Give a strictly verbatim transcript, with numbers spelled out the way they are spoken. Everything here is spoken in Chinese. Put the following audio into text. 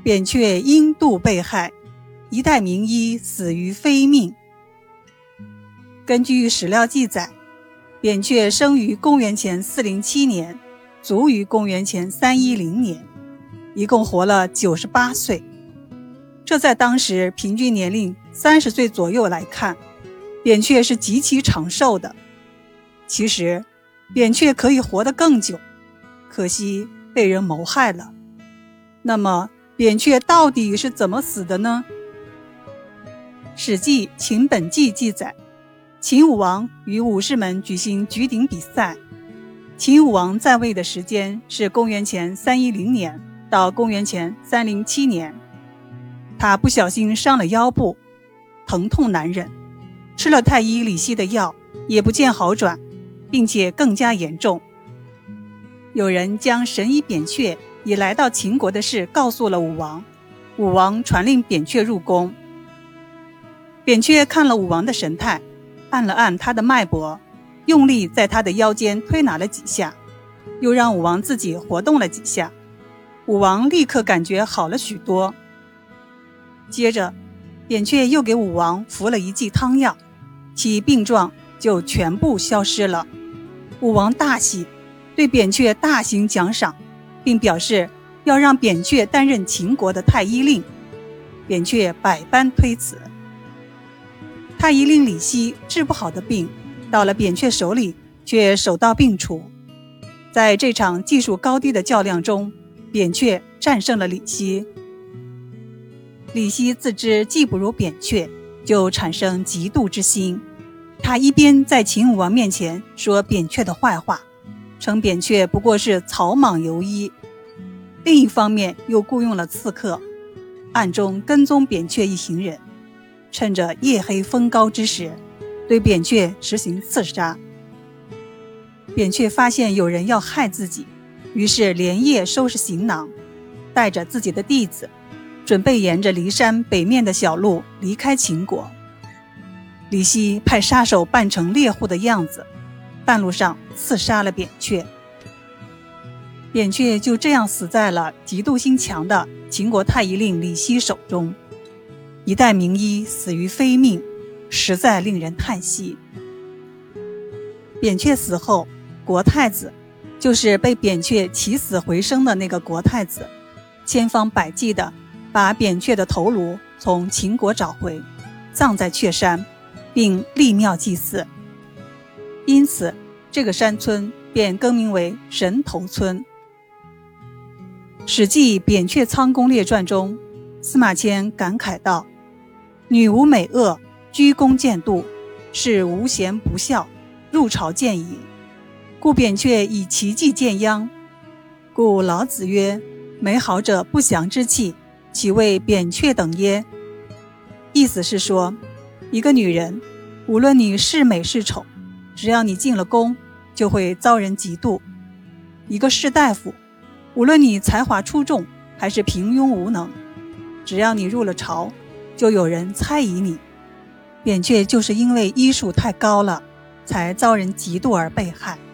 扁鹊因妒被害，一代名医死于非命。根据史料记载，扁鹊生于公元前四零七年，卒于公元前三一零年，一共活了九十八岁。这在当时平均年龄三十岁左右来看，扁鹊是极其长寿的。其实扁鹊可以活得更久，可惜被人谋害了。那么扁鹊到底是怎么死的呢？史记秦本纪记载，秦武王与武士们举行举鼎比赛。秦武王在位的时间是公元前三一零年到公元前三零七年。他不小心伤了腰部，疼痛难忍，吃了太医李希的药也不见好转，并且更加严重。有人将神医扁鹊已来到秦国的事告诉了武王，武王传令扁鹊入宫。扁鹊看了武王的神态，按了按他的脉搏，用力在他的腰间推拿了几下，又让武王自己活动了几下。武王立刻感觉好了许多。接着扁鹊又给武王服了一剂汤药，其病状就全部消失了。武王大喜，对扁鹊大行奖赏，并表示要让扁鹊担任秦国的太医令。扁鹊百般推辞。太医令李希治不好的病，到了扁鹊手里却手到病除。在这场技术高低的较量中，扁鹊战胜了李希。李希自知技不如扁鹊，就产生嫉妒之心。他一边在秦武王面前说扁鹊的坏话，称扁鹊不过是草莽游医，另一方面又雇佣了刺客，暗中跟踪扁鹊一行人，趁着夜黑风高之时，对扁鹊实行刺杀。扁鹊发现有人要害自己，于是连夜收拾行囊，带着自己的弟子，准备沿着骊山北面的小路离开秦国。李希派杀手扮成猎户的样子，半路上刺杀了扁鹊。扁鹊就这样死在了嫉妒心强的秦国太医令李希手中。一代名医死于非命，实在令人叹息。扁鹊死后，国太子，就是被扁鹊起死回生的那个国太子，千方百计地把扁鹊的头颅从秦国找回，葬在雀山，并立庙祭祀。因此这个山村便更名为神头村。史记扁鹊仓公列传中，司马迁感慨道：女无美恶，居宫见妒，是无贤不孝，入朝见矣。故扁鹊以奇技见殃。故老子曰：美好者不祥之气，岂谓扁鹊等耶？意思是说，一个女人，无论你是美是丑，只要你进了宫，就会遭人嫉妒。一个士大夫，无论你才华出众还是平庸无能，只要你入了朝，就有人猜疑你。扁鹊就是因为医术太高了，才遭人嫉妒而被害。